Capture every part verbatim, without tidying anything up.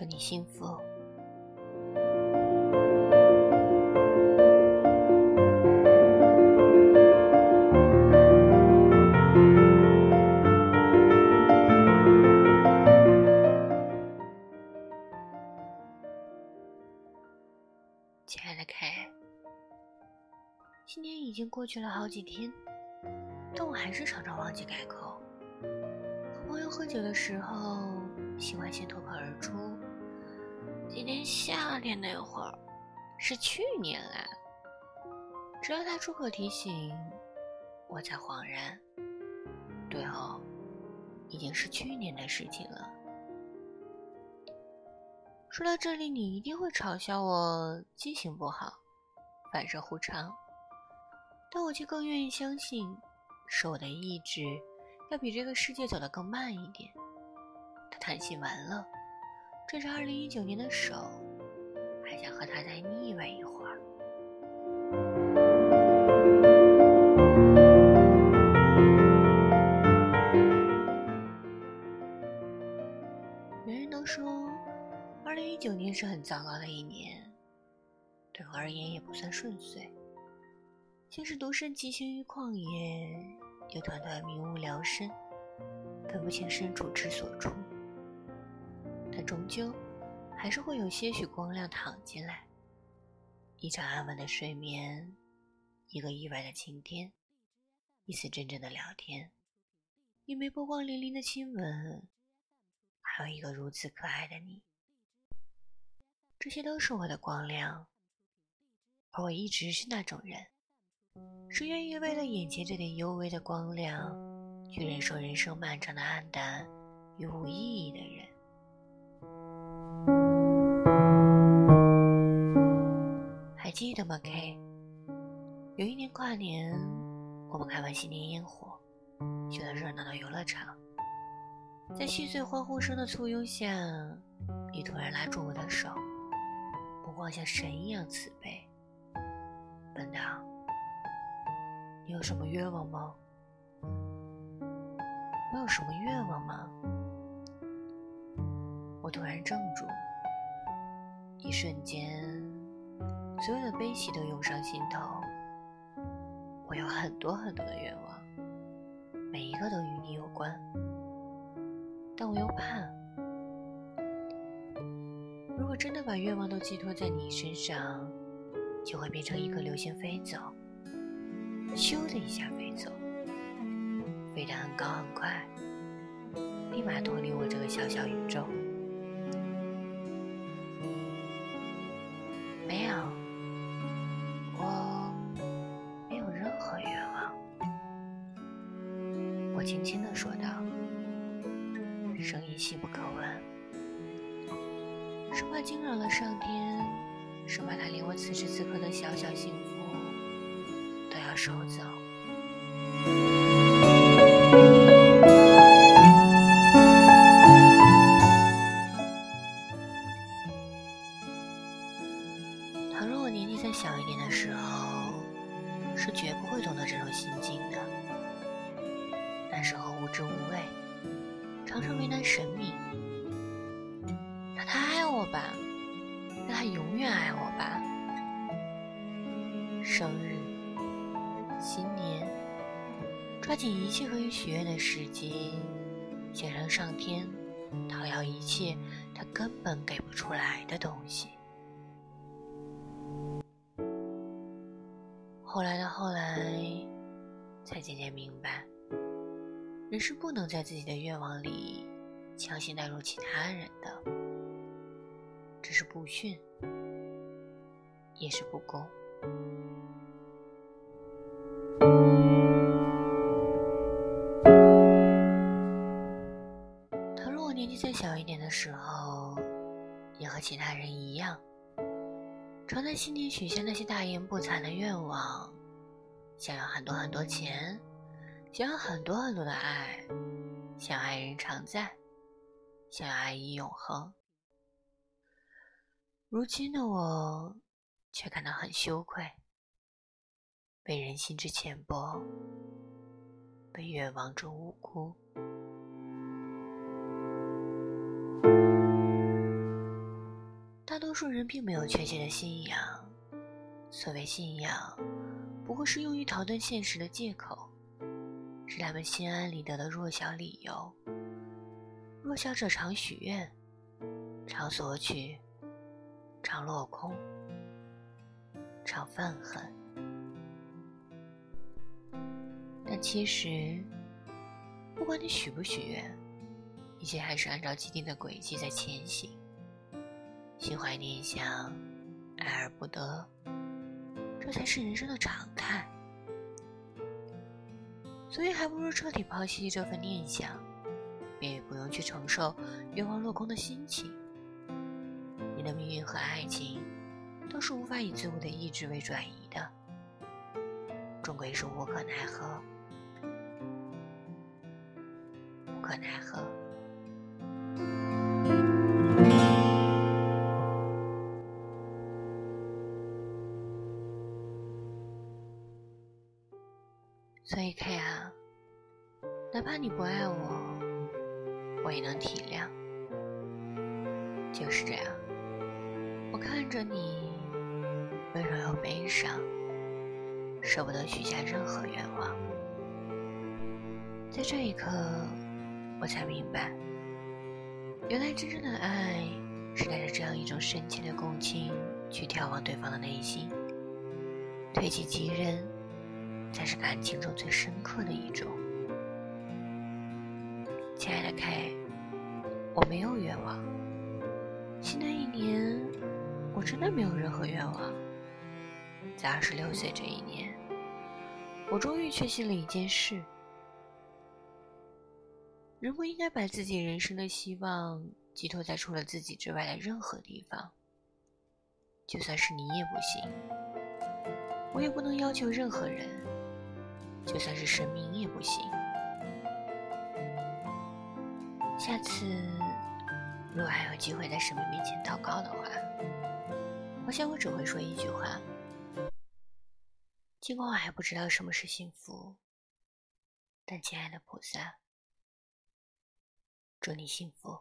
祝你幸福。亲爱的凯，今年已经过去了好几天，但我还是常常忘记改口。和朋友喝酒的时候，喜欢先脱口而出，今年夏天那会儿是去年啦。直到他出口提醒，我才恍然，对哦，已经是去年的事情了。说到这里，你一定会嘲笑我记性不好，反射弧长，但我却更愿意相信，是我的意志要比这个世界走得更慢一点。他叹息完了，拽着二零一九年的手，还想和他再腻歪一会儿。人人都说二零一九年是很糟糕的一年，对我而言也不算顺遂。先是独身疾行于旷野，又团团迷雾撩身，分不清身处之所处，但终究还是会有些许光亮淌进来。一场安稳的睡眠，一个意外的晴天，一次真正的聊天，一枚波光粼粼的亲吻，还有一个如此可爱的你。这些都是我的光亮，而我一直是那种人，是愿意为了眼前这点幽微的光亮，去忍受人生漫长的暗淡与无意义的人。还记得吗 K？ 有一年跨年，我们开完新年烟火，去了热闹的游乐场。在细碎欢呼声的簇拥下，你突然拉住我的手，目光像神一样慈悲。笨蛋，你有什么愿望吗？我有什么愿望吗？我突然怔住，一瞬间，所有的悲喜都涌上心头。我有很多很多的愿望，每一个都与你有关，但我又怕，如果真的把愿望都寄托在你身上，就会变成一颗流星飞走，咻的一下飞走，飞得很高很快，立马脱离我这个小小宇宙。没有，我没有任何愿望。我轻轻地说道，声音细不可闻，生怕惊扰了上天，生怕他连我此时此刻的小小幸福都要收走。倘若我年纪再小一点的时候，是绝不会懂得这种心境的。那时候无知无畏，常常为难神明，让他爱我吧，让他永远爱我吧。生日、新年，抓紧一切可以许愿的时机，想让上天讨要一切他根本给不出来的东西。后来的后来，才渐渐明白，人是不能在自己的愿望里强行带入其他人的，这是不逊，也是不公。倘若我年纪再小一点的时候，也和其他人一样，常在新年许下那些大言不惭的愿望，想要很多很多钱，想要很多很多的爱，想要爱人常在，想要爱意永恒。如今的我却感到很羞愧，被人心之浅薄，被愿望之无辜。 大多数人并没有确切的信仰，所谓信仰，不过是用于逃遁现实的借口，是他们心安理得的弱小理由。弱小者常许愿，常索取，常落空，常愤恨。但其实，不管你许不许愿，一切还是按照既定的轨迹在前行。心怀念想，爱而不得，这才是人生的常态。所以还不如彻底抛弃这份念想，便也不用去承受愿望落空的心情。你的命运和爱情都是无法以自我的意志为转移的，终归是无可奈何，无可奈何。所以 K 啊，哪怕你不爱我，我也能体谅。就是这样，我看着你温柔又悲伤，舍不得许下任何愿望。在这一刻，我才明白，原来真正的爱是带着这样一种深切的共情去眺望对方的内心，推己及人才是感情中最深刻的一种。亲爱的 K， 我没有愿望，新的一年我真的没有任何愿望。在二十六岁这一年，我终于确信了一件事：人不应该把自己人生的希望寄托在除了自己之外的任何地方。就算是你也不行，我也不能要求任何人，就算是神明也不行。下次如果还有机会在神明面前祷告的话，我想我只会说一句话：尽管我还不知道什么是幸福，但亲爱的菩萨，祝你幸福。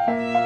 拜。